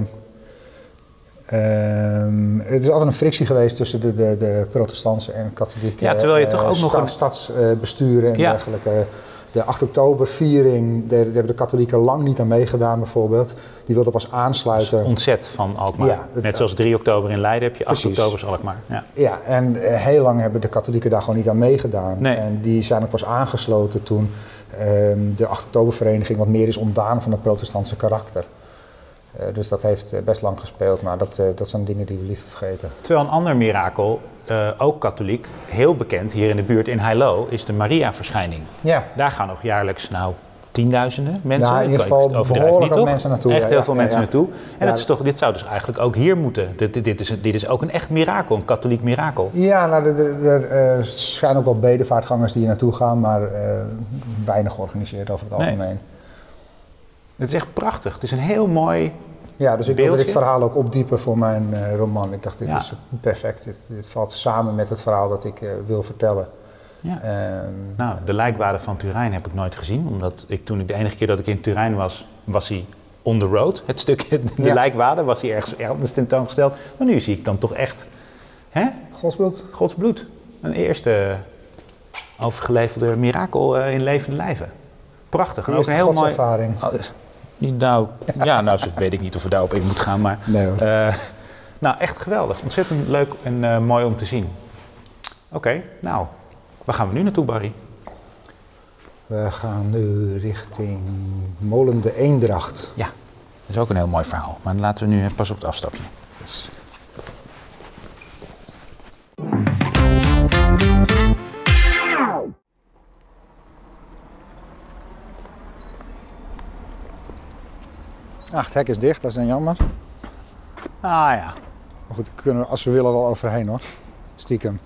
[SPEAKER 4] Um, er is altijd een frictie geweest tussen de, de, de protestantse en katholieke
[SPEAKER 3] ja, terwijl je toch ook
[SPEAKER 4] uh,
[SPEAKER 3] nog
[SPEAKER 4] sta,
[SPEAKER 3] een...
[SPEAKER 4] stadsbesturen en
[SPEAKER 3] ja.
[SPEAKER 4] dergelijke. De acht oktoberviering, daar hebben de katholieken lang niet aan meegedaan bijvoorbeeld. Die wilden pas aansluiten.
[SPEAKER 3] Ontzet van Alkmaar. Ja, het, Net zoals drie oktober in Leiden heb je acht oktobers Alkmaar. Ja,
[SPEAKER 4] ja en uh, heel lang hebben de katholieken daar gewoon niet aan meegedaan.
[SPEAKER 3] Nee.
[SPEAKER 4] En die zijn ook pas aangesloten toen um, de acht oktobervereniging wat meer is ontdaan van het protestantse karakter. Uh, dus dat heeft uh, best lang gespeeld, maar dat, uh, dat zijn dingen die we liever vergeten.
[SPEAKER 3] Terwijl een ander mirakel, uh, ook katholiek, heel bekend hier in de buurt in Heilo, is de Maria-verschijning.
[SPEAKER 4] Ja.
[SPEAKER 3] Daar gaan nog jaarlijks nou tienduizenden mensen,
[SPEAKER 4] ja, in ieder geval behoorlijk veel mensen naartoe.
[SPEAKER 3] Echt
[SPEAKER 4] ja,
[SPEAKER 3] heel
[SPEAKER 4] ja,
[SPEAKER 3] veel
[SPEAKER 4] ja,
[SPEAKER 3] mensen
[SPEAKER 4] ja.
[SPEAKER 3] naartoe. En
[SPEAKER 4] ja.
[SPEAKER 3] dat is toch, dit zou dus eigenlijk ook hier moeten. Dit, dit, dit, is, dit is ook een echt mirakel, een katholiek mirakel.
[SPEAKER 4] Ja, nou, er, er, er zijn ook wel bedevaartgangers die hier naartoe gaan, maar uh, weinig georganiseerd over het algemeen. Nee.
[SPEAKER 3] Het is echt prachtig. Het is een heel mooi...
[SPEAKER 4] Ja, dus ik
[SPEAKER 3] beeldje.
[SPEAKER 4] wilde dit verhaal ook opdiepen voor mijn uh, roman. Ik dacht, dit
[SPEAKER 3] ja.
[SPEAKER 4] is perfect. Dit, dit valt samen met het verhaal dat ik uh, wil vertellen.
[SPEAKER 3] Ja.
[SPEAKER 4] Ehm,
[SPEAKER 3] Nou, de lijkwaarde van Turijn heb ik nooit gezien. Omdat ik toen ik de enige keer dat ik in Turijn was, was hij on the road. Het stukje, de
[SPEAKER 4] Ja.
[SPEAKER 3] lijkwaarde, was hij ergens anders tentoongesteld. Maar nu zie ik dan toch echt, hè?
[SPEAKER 4] Godsbloed.
[SPEAKER 3] Gods bloed. Een eerste overgeleverde mirakel uh, in levende lijven. Prachtig. En ook een heel mooi.
[SPEAKER 4] godservaring.
[SPEAKER 3] Oh, nou, ja, nou, zo weet ik niet of we daarop in moeten gaan, maar.
[SPEAKER 4] Nee hoor.
[SPEAKER 3] Uh, nou, echt geweldig. Ontzettend leuk en uh, mooi om te zien. Oké, okay, nou, waar gaan we nu naartoe, Barry?
[SPEAKER 4] We gaan nu richting Molen de Eendracht.
[SPEAKER 3] Ja, dat is ook een heel mooi verhaal. Maar laten we nu pas op het afstapje.
[SPEAKER 4] Yes. Ach, het hek is dicht, dat is dan jammer.
[SPEAKER 3] Ah ja.
[SPEAKER 4] Maar goed, daar kunnen we als we willen wel overheen hoor. Stiekem.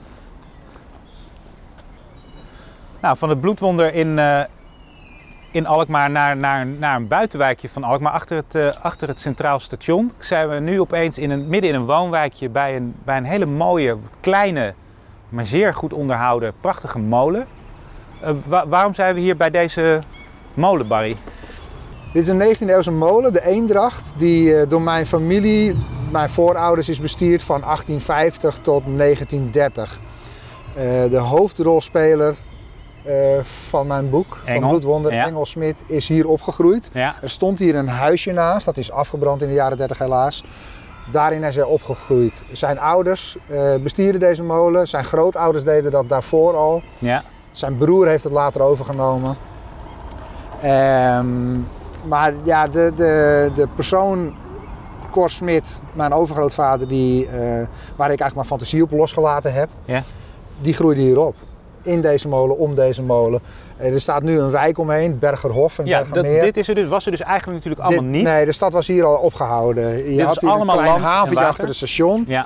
[SPEAKER 3] Nou, van het bloedwonder in, uh, in Alkmaar naar, naar, naar een buitenwijkje van Alkmaar, achter het, uh, achter het Centraal Station, zijn we nu opeens in een, midden in een woonwijkje bij een, bij een hele mooie, kleine, maar zeer goed onderhouden, prachtige molen. Uh, wa- waarom zijn we hier bij deze molen, Barry?
[SPEAKER 4] Dit is een negentiende eeuwse molen, de Eendracht, die uh, door mijn familie, mijn voorouders, is bestierd van achttien vijftig tot negentien dertig. Uh, de hoofdrolspeler uh, van mijn boek,
[SPEAKER 3] Engel.
[SPEAKER 4] van Bloedwonder,
[SPEAKER 3] Ja.
[SPEAKER 4] Engel Smit, is hier opgegroeid.
[SPEAKER 3] Ja.
[SPEAKER 4] Er stond hier een huisje naast, dat is afgebrand in de jaren dertig helaas. Daarin is hij opgegroeid. Zijn ouders uh, bestierden deze molen, zijn grootouders deden dat daarvoor al.
[SPEAKER 3] Ja.
[SPEAKER 4] Zijn broer heeft het later overgenomen. Um, maar ja, de, de, de persoon, Cor Smit, mijn overgrootvader, die, uh, waar ik eigenlijk mijn fantasie op losgelaten heb,
[SPEAKER 3] Ja.
[SPEAKER 4] die groeide hierop. In deze molen, om deze molen. Uh, er staat nu een wijk omheen, Bergerhof en
[SPEAKER 3] Ja, dat,
[SPEAKER 4] Bergermeer.
[SPEAKER 3] dit is er dus, was er dus eigenlijk natuurlijk allemaal
[SPEAKER 4] Dit-
[SPEAKER 3] niet.
[SPEAKER 4] Nee, de stad was hier al opgehouden. Je
[SPEAKER 3] is
[SPEAKER 4] had hier
[SPEAKER 3] allemaal
[SPEAKER 4] een klein
[SPEAKER 3] land en
[SPEAKER 4] haventje
[SPEAKER 3] water?
[SPEAKER 4] achter het station.
[SPEAKER 3] Ja.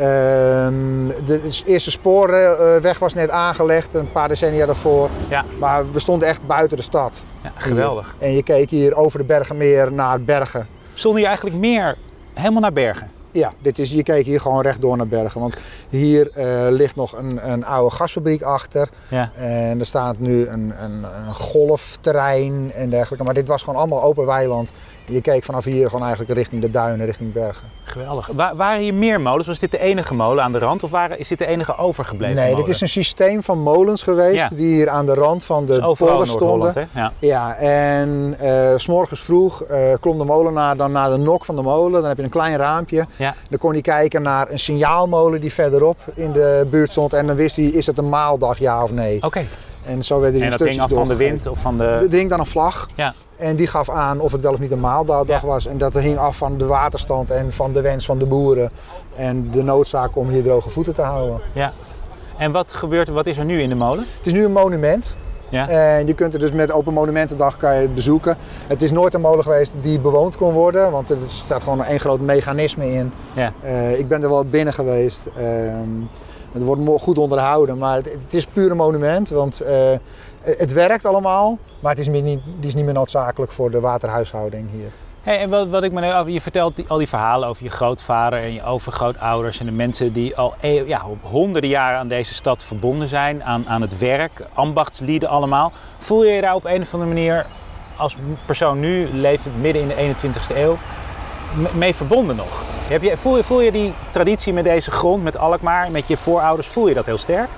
[SPEAKER 4] Um, de eerste sporenweg was net aangelegd, een paar decennia daarvoor.
[SPEAKER 3] Ja.
[SPEAKER 4] Maar we stonden echt buiten de stad.
[SPEAKER 3] Ja, geweldig.
[SPEAKER 4] Hier. En je keek hier over de Bergenmeer naar Bergen.
[SPEAKER 3] Stond hier eigenlijk meer helemaal naar Bergen?
[SPEAKER 4] Ja, dit is, je keek hier gewoon rechtdoor naar Bergen. Want hier uh, ligt nog een, een oude gasfabriek achter.
[SPEAKER 3] Ja.
[SPEAKER 4] En er staat nu een, een, een golfterrein en dergelijke. Maar dit was gewoon allemaal open weiland. Je keek vanaf hier gewoon eigenlijk richting de duinen, richting Bergen.
[SPEAKER 3] Geweldig. Wa- waren hier meer molens? Was dit de enige molen aan de rand of waren, is dit de enige overgebleven
[SPEAKER 4] Nee,
[SPEAKER 3] molen?
[SPEAKER 4] dit is een systeem van molens geweest
[SPEAKER 3] Ja.
[SPEAKER 4] die hier aan de rand van de
[SPEAKER 3] Dat is overal
[SPEAKER 4] polder
[SPEAKER 3] in Noord-Holland,
[SPEAKER 4] stonden.
[SPEAKER 3] hè? Ja.
[SPEAKER 4] Ja, en uh, 's morgens vroeg uh, klom de molenaar dan naar de nok van de molen. Dan heb je een klein raampje.
[SPEAKER 3] Ja.
[SPEAKER 4] Dan kon hij kijken naar een signaalmolen die verderop in de buurt stond. En dan wist hij, is het een maaldag, ja of nee?
[SPEAKER 3] Oké. Okay.
[SPEAKER 4] En zo werden die
[SPEAKER 3] En dat hing
[SPEAKER 4] instructies
[SPEAKER 3] af van de
[SPEAKER 4] doorgegeven.
[SPEAKER 3] wind of van de...
[SPEAKER 4] Er hing dan een vlag.
[SPEAKER 3] Ja.
[SPEAKER 4] En die gaf aan of het wel of niet een maaldag
[SPEAKER 3] Ja.
[SPEAKER 4] was. En dat hing af van de waterstand en van de wens van de boeren. En de noodzaak om hier droge voeten te houden.
[SPEAKER 3] Ja. En wat gebeurt er, wat is er nu in de molen?
[SPEAKER 4] Het is nu een monument.
[SPEAKER 3] Ja.
[SPEAKER 4] En je kunt er dus met Open Monumentendag kan je het bezoeken. Het is nooit een molen geweest die bewoond kon worden, want er staat gewoon één groot mechanisme in.
[SPEAKER 3] Ja.
[SPEAKER 4] Uh, ik ben er wel binnen geweest. Um, het wordt mo- goed onderhouden, maar het, het is puur een monument, want uh, het werkt allemaal, maar het is, meer niet, het is niet meer noodzakelijk voor de waterhuishouding hier.
[SPEAKER 3] Hey, en wat, wat ik me nu af, je vertelt die, al die verhalen over je grootvader en je overgrootouders en de mensen die al eeuw, ja, honderden jaren aan deze stad verbonden zijn, aan, aan het werk, ambachtslieden allemaal. Voel je je daar op een of andere manier als persoon nu, levend midden in de eenentwintigste eeuw, mee verbonden nog? Heb je, voel, je, voel je die traditie met deze grond, met Alkmaar, met je voorouders, voel je dat heel sterk?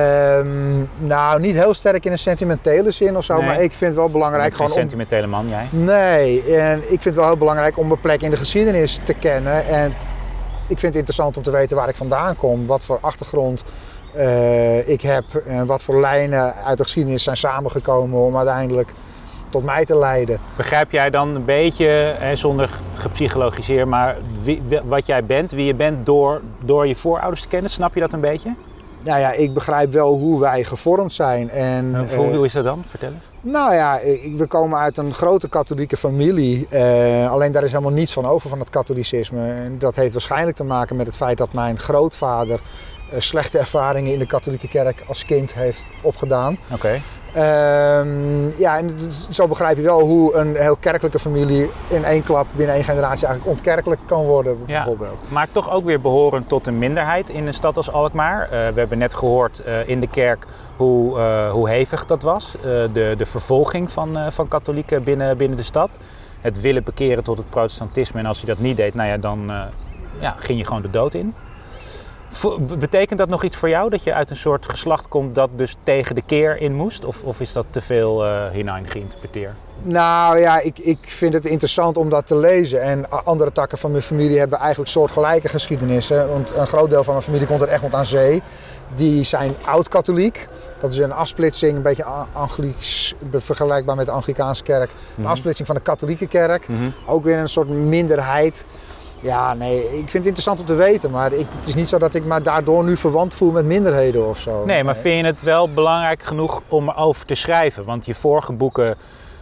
[SPEAKER 4] Um, nou, niet heel sterk in een sentimentele zin of zo,
[SPEAKER 3] Nee.
[SPEAKER 4] maar ik vind het wel belangrijk.
[SPEAKER 3] Je bent geen
[SPEAKER 4] gewoon om...
[SPEAKER 3] sentimentele man, jij?
[SPEAKER 4] Nee, en ik vind het wel heel belangrijk om mijn plek in de geschiedenis te kennen. En ik vind het interessant om te weten waar ik vandaan kom, wat voor achtergrond uh, ik heb en wat voor lijnen uit de geschiedenis zijn samengekomen om uiteindelijk tot mij te leiden.
[SPEAKER 3] Begrijp jij dan een beetje, hè, zonder gepsychologiseerd, maar wie, wat jij bent, wie je bent door, door je voorouders te kennen? Snap je dat een beetje?
[SPEAKER 4] Nou ja, ik begrijp wel hoe wij gevormd zijn. En,
[SPEAKER 3] En hoe,
[SPEAKER 4] uh,
[SPEAKER 3] hoe is dat dan? Vertel eens.
[SPEAKER 4] Nou ja, ik, we komen uit een grote katholieke familie. Uh, alleen daar is helemaal niets van over van het katholicisme. En dat heeft waarschijnlijk te maken met het feit dat mijn grootvader uh, slechte ervaringen in de katholieke kerk als kind heeft opgedaan.
[SPEAKER 3] Oké.
[SPEAKER 4] Um, ja, en zo begrijp je wel hoe een heel kerkelijke familie in één klap binnen één generatie eigenlijk ontkerkelijk kan worden, bijvoorbeeld.
[SPEAKER 3] Ja, maar toch ook weer behorend tot een minderheid in een stad als Alkmaar. Uh, we hebben net gehoord uh, in de kerk hoe, uh, hoe hevig dat was. Uh, de, de vervolging van, uh, van katholieken binnen, binnen de stad. Het willen bekeren tot het protestantisme. En als je dat niet deed, nou ja, dan uh, ja, ging je gewoon de dood in. Betekent dat nog iets voor jou, dat je uit een soort geslacht komt dat dus tegen de keer in moest? Of, of is dat te veel uh, hinein geïnterpreteerd?
[SPEAKER 4] Nou ja, ik, ik vind het interessant om dat te lezen. En andere takken van mijn familie hebben eigenlijk soortgelijke geschiedenissen. Want een groot deel van mijn familie komt uit Egmond aan Zee. Die zijn oud-katholiek. Dat is een afsplitsing, een beetje Anglisch, vergelijkbaar met de Anglikaanse kerk. Een mm-hmm. afsplitsing van de katholieke kerk. Mm-hmm. Ook weer een soort minderheid. Ja, nee, ik vind het interessant om te weten, maar ik, het is niet zo dat ik me daardoor nu verwant voel met minderheden of zo.
[SPEAKER 3] Nee, maar vind je het wel belangrijk genoeg om erover te schrijven? Want je vorige boeken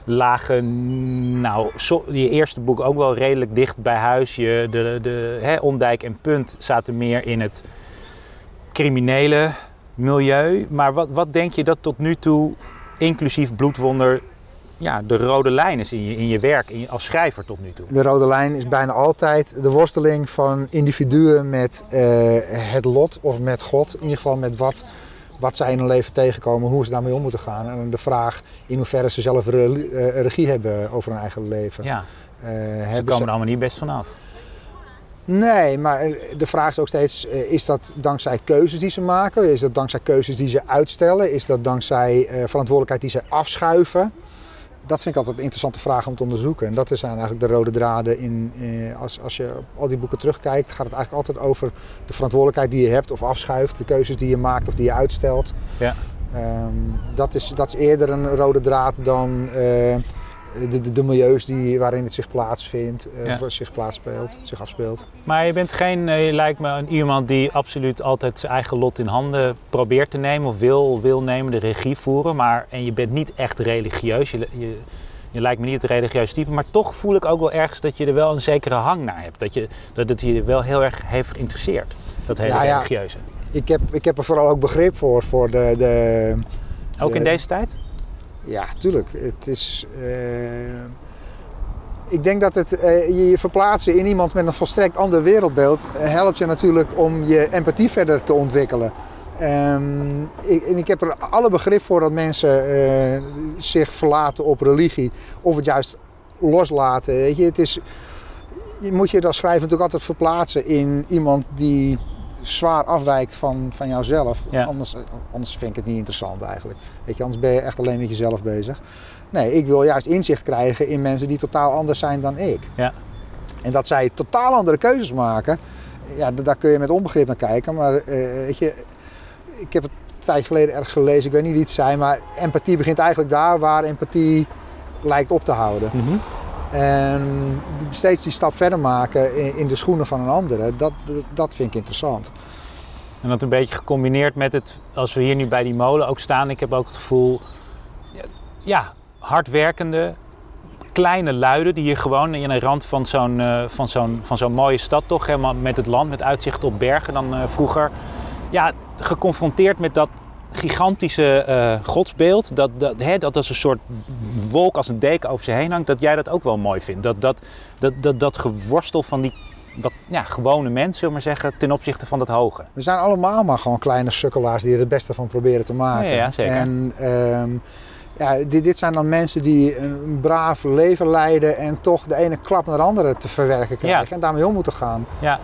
[SPEAKER 3] lagen, nou, so, je eerste boek ook wel redelijk dicht bij huis. Je, de, de, hè, Ondijk en Punt zaten meer in het criminele milieu. Maar wat, wat denk je dat tot nu toe, inclusief Bloedwonder, ja, de rode lijn is in je, in je werk in je, als schrijver tot nu toe?
[SPEAKER 4] De rode lijn is bijna altijd de worsteling van individuen met uh, het lot of met God. In ieder geval met wat, wat zij in hun leven tegenkomen, hoe ze daarmee om moeten gaan. En de vraag in hoeverre ze zelf re, uh, regie hebben over hun eigen leven.
[SPEAKER 3] Ja, uh, ze komen er allemaal niet best vanaf.
[SPEAKER 4] Nee, maar de vraag is ook steeds, is dat dankzij keuzes die ze maken? Is dat dankzij keuzes die ze uitstellen? Is dat dankzij uh, verantwoordelijkheid die ze afschuiven? Dat vind ik altijd een interessante vraag om te onderzoeken. En dat zijn eigenlijk de rode draden in, eh, als, als je op al die boeken terugkijkt, gaat het eigenlijk altijd over de verantwoordelijkheid die je hebt of afschuift, de keuzes die je maakt of die je uitstelt. Ja. Um, dat, is, dat is eerder een rode draad dan uh, de, de, de milieus die, waarin het zich plaatsvindt, uh, ja. zich plaatspeelt, zich afspeelt.
[SPEAKER 3] Maar je bent geen, je lijkt me een, iemand die absoluut altijd zijn eigen lot in handen probeert te nemen of wil, wil nemen, de regie voeren. Maar, en je bent niet echt religieus, je, je, je lijkt me niet het religieuze type. Maar toch voel ik ook wel ergens dat je er wel een zekere hang naar hebt. Dat, je, dat het je wel heel erg heeft geïnteresseerd, dat hele ja, ja. religieuze.
[SPEAKER 4] Ik heb, ik heb er vooral ook begrip voor. voor de, de,
[SPEAKER 3] ook
[SPEAKER 4] de,
[SPEAKER 3] in deze tijd?
[SPEAKER 4] Ja, tuurlijk. Het is, uh, ik denk dat het uh, je, je verplaatsen in iemand met een volstrekt ander wereldbeeld uh, helpt je natuurlijk om je empathie verder te ontwikkelen. Um, ik, en ik heb er alle begrip voor dat mensen uh, zich verlaten op religie of het juist loslaten. Weet je, het is, je moet je als schrijver natuurlijk altijd verplaatsen in iemand die zwaar afwijkt van, van jouzelf. Ja. Anders, anders vind ik het niet interessant eigenlijk. Weet je, anders ben je echt alleen met jezelf bezig. Nee, ik wil juist inzicht krijgen in mensen die totaal anders zijn dan ik. Ja. En dat zij totaal andere keuzes maken, ja, daar kun je met onbegrip naar kijken. Maar uh, weet je, ik heb het een tijd geleden ergens gelezen, ik weet niet wie het zei, maar empathie begint eigenlijk daar waar empathie lijkt op te houden. Mm-hmm. En steeds die stap verder maken in, in de schoenen van een andere, dat, dat vind ik interessant.
[SPEAKER 3] En dat een beetje gecombineerd met het, als we hier nu bij die molen ook staan, ik heb ook het gevoel, ja, hardwerkende, kleine luiden die hier gewoon in de rand van zo'n, uh, van zo'n, van zo'n mooie stad toch, helemaal met het land, met uitzicht op bergen dan uh, vroeger, ja, geconfronteerd met dat gigantische uh, godsbeeld, dat, dat, hè, dat als een soort wolk als een deken over ze heen hangt, dat jij dat ook wel mooi vindt. Dat, dat, dat, dat, dat geworstel van die wat, ja, gewone mens, zullen we maar zeggen, ten opzichte van dat hoge.
[SPEAKER 4] We zijn allemaal maar gewoon kleine sukkelaars die er het beste van proberen te maken.
[SPEAKER 3] Ja, ja, zeker.
[SPEAKER 4] En um, ja, dit, dit zijn dan mensen die een braaf leven leiden en toch de ene klap naar de andere te verwerken krijgen ja. en daarmee om moeten gaan. Ja.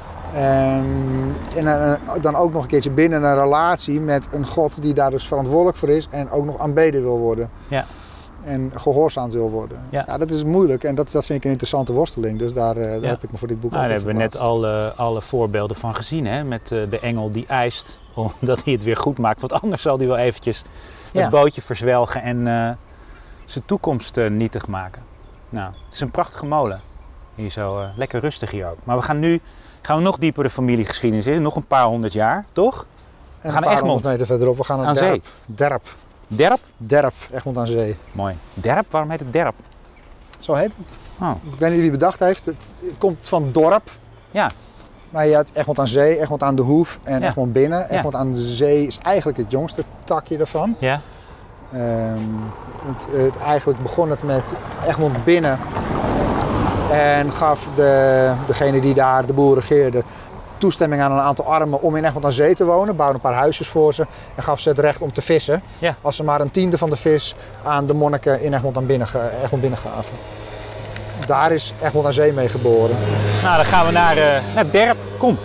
[SPEAKER 4] En, en uh, dan ook nog een keertje binnen een relatie met een God die daar dus verantwoordelijk voor is en ook nog aanbeden wil worden. Ja. En gehoorzaamd wil worden. Ja. Ja, dat is moeilijk en dat, dat vind ik een interessante worsteling. Dus daar, uh, daar ja. heb ik me voor dit boek
[SPEAKER 3] nou,
[SPEAKER 4] ook
[SPEAKER 3] daar hebben we net alle, alle voorbeelden van gezien. Hè? Met uh, de engel die eist omdat hij het weer goed maakt. Want anders zal hij wel eventjes het ja. bootje verzwelgen en uh, zijn toekomst uh, nietig maken. Nou, het is een prachtige molen. Hier zo uh, lekker rustig hier ook. Maar we gaan nu gaan we nog dieper de familiegeschiedenis in. Nog een paar honderd jaar, toch?
[SPEAKER 4] We gaan naar Egmond. Meter verderop. We gaan naar
[SPEAKER 3] aan
[SPEAKER 4] Derp.
[SPEAKER 3] zee.
[SPEAKER 4] Derp.
[SPEAKER 3] Derp?
[SPEAKER 4] Derp. Egmond aan zee.
[SPEAKER 3] Mooi. Derp? Waarom heet het Derp?
[SPEAKER 4] Zo heet het.
[SPEAKER 3] Oh.
[SPEAKER 4] Ik weet niet wie het bedacht heeft. Het komt van dorp.
[SPEAKER 3] Ja.
[SPEAKER 4] Maar je hebt Egmond aan zee, Egmond aan de Hoef en ja. Egmond binnen.
[SPEAKER 3] Ja.
[SPEAKER 4] Egmond aan de zee is eigenlijk het jongste takje ervan.
[SPEAKER 3] Ja.
[SPEAKER 4] Um, het, het, eigenlijk begon het met Egmond binnen en gaf de, degene die daar de boel regeerde toestemming aan een aantal armen om in Egmond aan Zee te wonen. Bouwde een paar huisjes voor ze en gaf ze het recht om te vissen.
[SPEAKER 3] Ja.
[SPEAKER 4] Als ze maar een tiende van de vis aan de monniken in Egmond aan binnen, Egmond binnen gaven. Daar is Egmond aan Zee mee geboren.
[SPEAKER 3] Nou, dan gaan we naar, uh, naar Derp. Kom.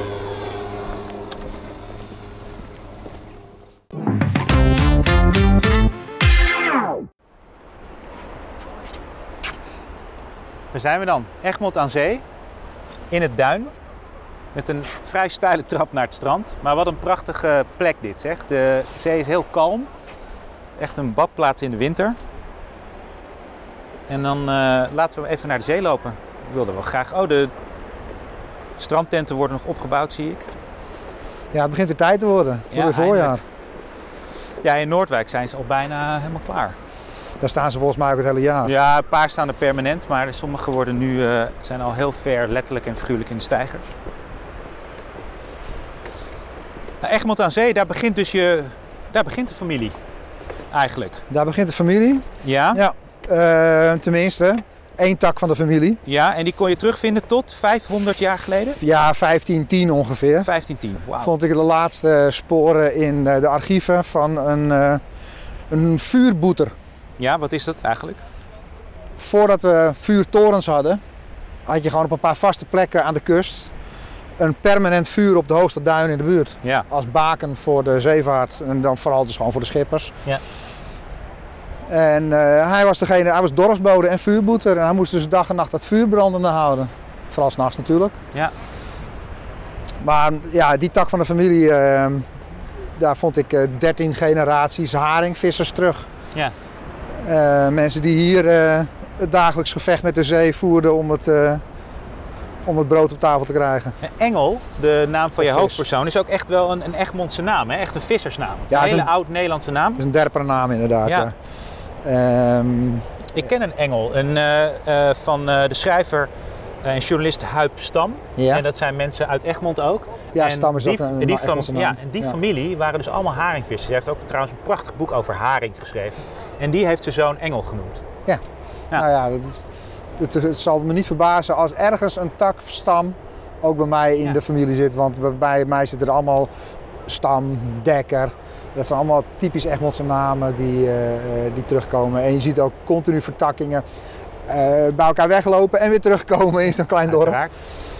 [SPEAKER 3] Waar zijn we dan? Egmond aan Zee. In het duin. Met een vrij steile trap naar het strand. Maar wat een prachtige plek dit, zeg. De zee is heel kalm. Echt een badplaats in de winter. En dan uh, laten we even naar de zee lopen. Ik wilde wel graag... Oh, de strandtenten worden nog opgebouwd, zie ik.
[SPEAKER 4] Ja, het begint weer tijd te worden. Voor
[SPEAKER 3] ja,
[SPEAKER 4] het voorjaar.
[SPEAKER 3] Eindelijk. Ja, in Noordwijk zijn ze al bijna helemaal klaar.
[SPEAKER 4] Daar staan ze volgens mij ook het hele jaar.
[SPEAKER 3] Ja, een paar staan er permanent, maar sommige worden nu, uh, zijn al heel ver letterlijk en figuurlijk in de steigers. Nou, Egmond aan Zee, daar begint dus je, daar begint de familie eigenlijk.
[SPEAKER 4] Daar begint de familie.
[SPEAKER 3] Ja?
[SPEAKER 4] Ja, uh, tenminste één tak van de familie.
[SPEAKER 3] Ja, en die kon je terugvinden tot vijfhonderd jaar geleden?
[SPEAKER 4] Ja, vijftien tien ongeveer.
[SPEAKER 3] vijftien tien, wauw.
[SPEAKER 4] Vond ik de laatste sporen in de archieven van een, uh, een vuurboeter.
[SPEAKER 3] Ja, wat is dat eigenlijk?
[SPEAKER 4] Voordat we vuurtorens hadden, had je gewoon op een paar vaste plekken aan de kust een permanent vuur op de hoogste duin in de buurt.
[SPEAKER 3] Ja.
[SPEAKER 4] Als baken voor de zeevaart en dan vooral dus gewoon voor de schippers.
[SPEAKER 3] Ja.
[SPEAKER 4] En uh, hij was degene, hij was dorpsbode en vuurboeter en hij moest dus dag en nacht dat vuur brandende houden. Vooral 's nachts natuurlijk.
[SPEAKER 3] Ja.
[SPEAKER 4] Maar ja, die tak van de familie, uh, daar vond ik uh, dertien generaties haringvissers terug.
[SPEAKER 3] Ja.
[SPEAKER 4] Uh, mensen die hier uh, het dagelijks gevecht met de zee voerden om het, uh, om het brood op tafel te krijgen.
[SPEAKER 3] Engel, de naam van je
[SPEAKER 4] Of vis.
[SPEAKER 3] hoofdpersoon, is ook echt wel een, een Egmondse naam, hè? Echt een vissersnaam.
[SPEAKER 4] Ja,
[SPEAKER 3] een
[SPEAKER 4] is
[SPEAKER 3] hele
[SPEAKER 4] een-
[SPEAKER 3] oud-Nederlandse naam.
[SPEAKER 4] Dat is een derpere naam inderdaad.
[SPEAKER 3] Ja.
[SPEAKER 4] Ja. Um,
[SPEAKER 3] Ik ken een Engel, een, uh, uh, van uh, de schrijver uh, en journalist Huip Stam.
[SPEAKER 4] Ja.
[SPEAKER 3] En dat zijn mensen uit Egmond ook.
[SPEAKER 4] Ja,
[SPEAKER 3] en
[SPEAKER 4] Stam is
[SPEAKER 3] die,
[SPEAKER 4] ook een-
[SPEAKER 3] die
[SPEAKER 4] een
[SPEAKER 3] fam-
[SPEAKER 4] Egmondse naam.
[SPEAKER 3] Ja, en die
[SPEAKER 4] Ja.
[SPEAKER 3] familie waren dus allemaal haringvissers. Hij heeft ook trouwens een prachtig boek over haring geschreven. En die heeft zijn zoon Engel genoemd.
[SPEAKER 4] ja.
[SPEAKER 3] Ja.
[SPEAKER 4] Nou ja, dat is, het, het zal me niet verbazen als ergens een tak Stam ook bij mij in
[SPEAKER 3] Ja.
[SPEAKER 4] de familie zit. Want bij- bij mij zitten er allemaal Stam, Dekker. Dat zijn allemaal typisch Egmondse namen die, uh, die terugkomen. En je ziet ook continu vertakkingen uh, bij elkaar weglopen en weer terugkomen in zo'n klein dorp.
[SPEAKER 3] Uiteraard.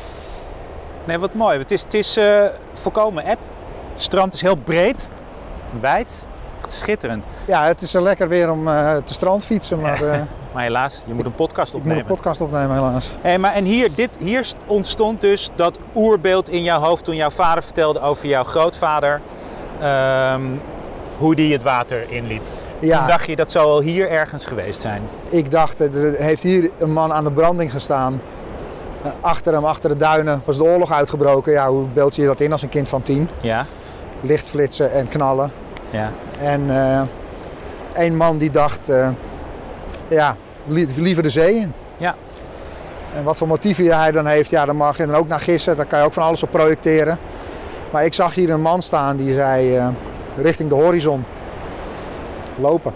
[SPEAKER 3] Nee, wat mooi. Het is, het is uh, volkomen app. Het strand is heel breed, wijd, echt schitterend.
[SPEAKER 4] Ja, het is zo lekker weer om uh, te strandfietsen, maar uh,
[SPEAKER 3] Maar helaas, je moet een podcast
[SPEAKER 4] ik moet
[SPEAKER 3] opnemen.
[SPEAKER 4] een podcast opnemen helaas.
[SPEAKER 3] Hey, maar en hier, dit, hier ontstond dus dat oerbeeld in jouw hoofd toen jouw vader vertelde over jouw grootvader. Um, hoe die het water inliep.
[SPEAKER 4] Ja.
[SPEAKER 3] Toen dacht je dat zou wel hier ergens geweest zijn.
[SPEAKER 4] Ik dacht, er heeft hier een man aan de branding gestaan. Uh, achter hem, achter de duinen, was de oorlog uitgebroken. Ja, hoe beeld je dat in als een kind van tien?
[SPEAKER 3] Ja,
[SPEAKER 4] Lichtflitsen en knallen.
[SPEAKER 3] ja.
[SPEAKER 4] En uh, één man die dacht, uh, ja, li- liever de zee in.
[SPEAKER 3] Ja.
[SPEAKER 4] En wat voor motieven hij dan heeft, ja, daar mag je dan ook naar gissen. Daar kan je ook van alles op projecteren. Maar ik zag hier een man staan die zei, uh, richting de horizon, lopen.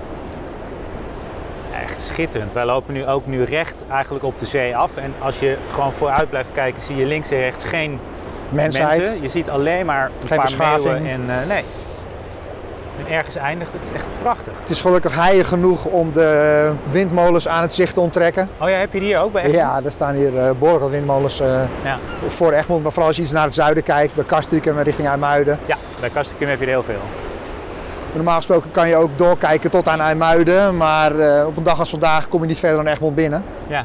[SPEAKER 3] Echt schitterend. Wij lopen nu ook nu recht eigenlijk op de zee af. En als je gewoon vooruit blijft kijken, zie je links en rechts geen
[SPEAKER 4] Mensheid.
[SPEAKER 3] mensen. Je ziet alleen maar een
[SPEAKER 4] Geen
[SPEAKER 3] paar
[SPEAKER 4] beschaving.
[SPEAKER 3] meeuwen en uh, nee. En ergens eindigt het. Het is echt prachtig.
[SPEAKER 4] Het is gelukkig heien genoeg om de windmolens aan het zicht te onttrekken.
[SPEAKER 3] Oh ja, heb je die hier ook bij Egmond?
[SPEAKER 4] Ja, er staan hier uh, behoorlijk wat windmolens uh,
[SPEAKER 3] Ja.
[SPEAKER 4] voor Egmond. Maar vooral als je iets naar het zuiden kijkt, bij Castricum en richting IJmuiden.
[SPEAKER 3] Ja, bij Castricum heb je er heel veel.
[SPEAKER 4] Normaal gesproken kan je ook doorkijken tot aan IJmuiden. Maar uh, op een dag als vandaag kom je niet verder dan Egmond binnen.
[SPEAKER 3] Ja.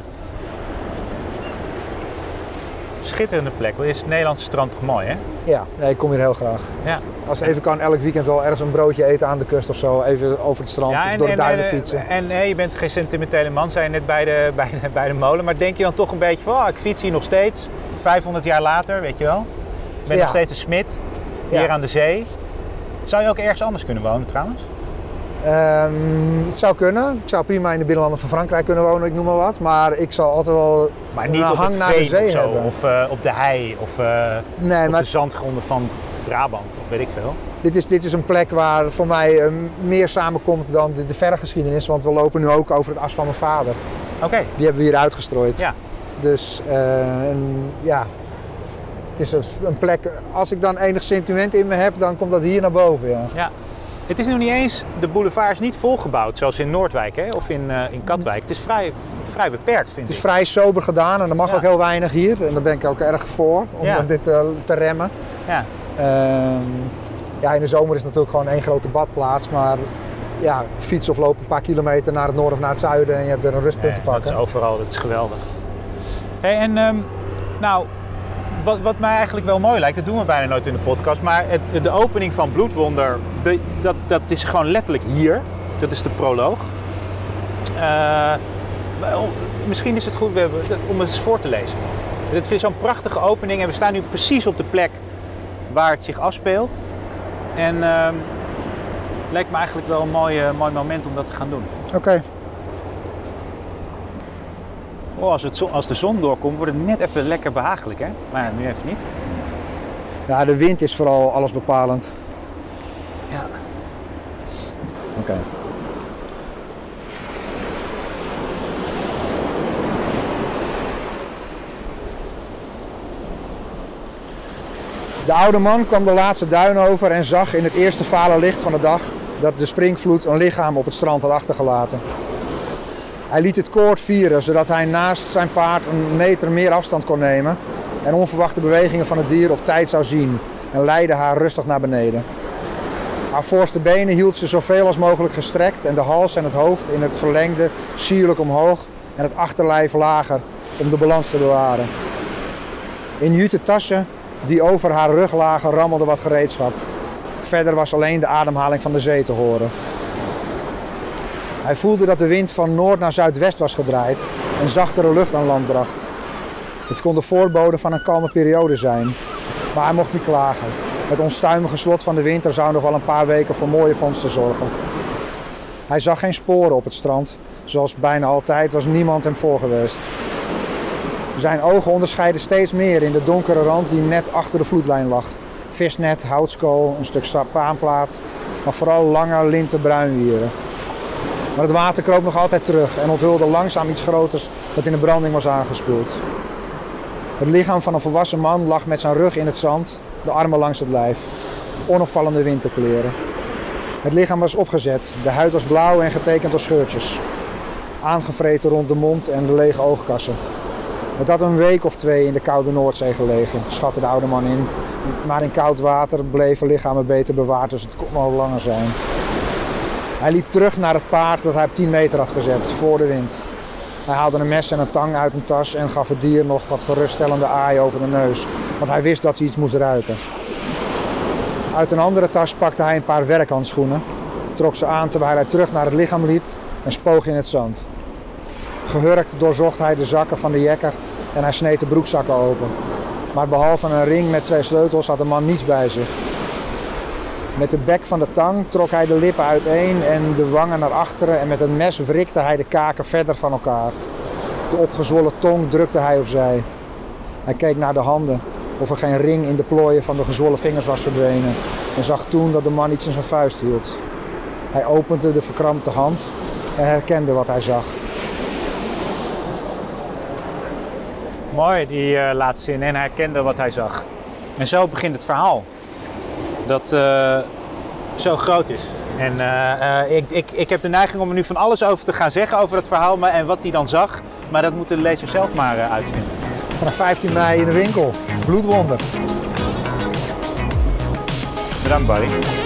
[SPEAKER 3] Schitterende plek. Is het Nederlandse strand toch mooi, hè?
[SPEAKER 4] Ja, ja, ik kom hier heel graag.
[SPEAKER 3] Ja.
[SPEAKER 4] Als het even kan, elk weekend wel ergens een broodje eten aan de kust of zo. Even over het strand, of door de duinen fietsen.
[SPEAKER 3] En, en je bent geen sentimentele man, zei je net bij de, bij, de, bij de molen. Maar denk je dan toch een beetje van, oh, ik fiets hier nog steeds. vijfhonderd jaar later, weet je wel. Ik ben
[SPEAKER 4] Ja.
[SPEAKER 3] nog steeds een smid, hier
[SPEAKER 4] Ja.
[SPEAKER 3] aan de zee. Zou je ook ergens anders kunnen wonen trouwens?
[SPEAKER 4] Um, het zou kunnen. Ik zou prima in de binnenlanden van Frankrijk kunnen wonen, ik noem maar wat. Maar ik zal altijd wel
[SPEAKER 3] Maar niet
[SPEAKER 4] een
[SPEAKER 3] op
[SPEAKER 4] hang
[SPEAKER 3] het
[SPEAKER 4] naar de
[SPEAKER 3] veen
[SPEAKER 4] zee
[SPEAKER 3] of zo,
[SPEAKER 4] hebben.
[SPEAKER 3] of uh, op de hei, of uh,
[SPEAKER 4] Nee,
[SPEAKER 3] op
[SPEAKER 4] maar
[SPEAKER 3] de zandgronden van Brabant, of weet ik veel.
[SPEAKER 4] dit, is, dit is een plek waar voor mij uh, meer samenkomt dan de, de verre geschiedenis. Want we lopen nu ook over het as van mijn vader.
[SPEAKER 3] Oké. Okay.
[SPEAKER 4] Die hebben we hier uitgestrooid.
[SPEAKER 3] Ja.
[SPEAKER 4] Dus uh, en, ja, het is een, een plek, als ik dan enig sentiment in me heb, dan komt dat hier naar boven. Ja.
[SPEAKER 3] Ja. Het is nu niet eens, de boulevard is niet volgebouwd zoals in Noordwijk, hè? Of in, uh, in Katwijk. Het is vrij, vrij beperkt, vind ik.
[SPEAKER 4] Het is vrij sober gedaan en er mag ja. ook heel weinig hier. En daar ben ik ook erg voor, om ja. dit uh, te remmen.
[SPEAKER 3] Ja.
[SPEAKER 4] Uh, ja, in de zomer is het natuurlijk gewoon één grote badplaats, maar ja, fiets of lopen een paar kilometer naar het noorden of naar het zuiden en je hebt weer een rustpunt nee, te pakken.
[SPEAKER 3] Dat is overal, dat is geweldig. Hey, en um, nou, wat, wat mij eigenlijk wel mooi lijkt, dat doen we bijna nooit in de podcast, maar het, de opening van Bloedwonder, de, dat, dat is gewoon letterlijk hier. Dat is de proloog. Uh, misschien is het goed om het eens voor te lezen. Het is zo'n prachtige opening en we staan nu precies op de plek waar het zich afspeelt. En uh, lijkt me eigenlijk wel een mooi, uh, mooi moment om dat te gaan doen.
[SPEAKER 4] Oké. Okay.
[SPEAKER 3] Oh, als, het zo, als de zon doorkomt, wordt het net even lekker behagelijk, hè? Maar nu even niet.
[SPEAKER 4] Ja, de wind is vooral alles bepalend.
[SPEAKER 3] Ja.
[SPEAKER 4] Oké. Okay. De oude man kwam de laatste duin over en zag in het eerste vale licht van de dag dat de springvloed een lichaam op het strand had achtergelaten. Hij liet het koord vieren, zodat hij naast zijn paard een meter meer afstand kon nemen en onverwachte bewegingen van het dier op tijd zou zien en leidde haar rustig naar beneden. Haar voorste benen hield ze zoveel als mogelijk gestrekt en de hals en het hoofd in het verlengde sierlijk omhoog en het achterlijf lager om de balans te bewaren. In jute tassen die over haar rug lagen rammelde wat gereedschap. Verder was alleen de ademhaling van de zee te horen. Hij voelde dat de wind van noord naar zuidwest was gedraaid en zachtere lucht aan land bracht. Het kon de voorbode van een kalme periode zijn, maar hij mocht niet klagen. Het onstuimige slot van de winter zou nog wel een paar weken voor mooie vondsten zorgen. Hij zag geen sporen op het strand. Zoals bijna altijd was niemand hem voor geweest. Zijn ogen onderscheidden steeds meer in de donkere rand die net achter de vloedlijn lag. Visnet, houtskool, een stuk paanplaat, maar vooral lange linten bruinwieren. Maar het water kroop nog altijd terug en onthulde langzaam iets groters dat in de branding was aangespoeld. Het lichaam van een volwassen man lag met zijn rug in het zand, de armen langs het lijf. Onopvallende winterkleren. Het lichaam was opgezet, de huid was blauw en getekend door scheurtjes. Aangevreten rond de mond en de lege oogkassen. Het had een week of twee in de koude Noordzee gelegen, schatte de oude man in. Maar in koud water bleven lichamen beter bewaard, dus het kon nog langer zijn. Hij liep terug naar het paard dat hij op tien meter had gezet, voor de wind. Hij haalde een mes en een tang uit een tas en gaf het dier nog wat geruststellende aai over de neus, want hij wist dat ze iets moest ruiken. Uit een andere tas pakte hij een paar werkhandschoenen, trok ze aan terwijl hij terug naar het lichaam liep en spoog in het zand. Gehurkt doorzocht hij de zakken van de jekker en hij sneed de broekzakken open. Maar behalve een ring met twee sleutels had de man niets bij zich. Met de bek van de tang trok hij de lippen uiteen en de wangen naar achteren en met een mes wrikte hij de kaken verder van elkaar. De opgezwollen tong drukte hij opzij. Hij keek naar de handen, of er geen ring in de plooien van de gezwollen vingers was verdwenen en zag toen dat de man iets in zijn vuist hield. Hij opende de verkrampte hand en herkende wat hij zag.
[SPEAKER 3] Mooi, die uh, laatste zin. En hij herkende wat hij zag. En zo begint het verhaal. Dat uh, zo groot is. En uh, uh, ik, ik, ik heb de neiging om er nu van alles over te gaan zeggen over het verhaal maar, en wat hij dan zag. Maar dat moeten de lezers zelf maar uh, uitvinden.
[SPEAKER 4] Vanaf vijftien mei in de winkel. Bloedwonder.
[SPEAKER 3] Bedankt, Barry.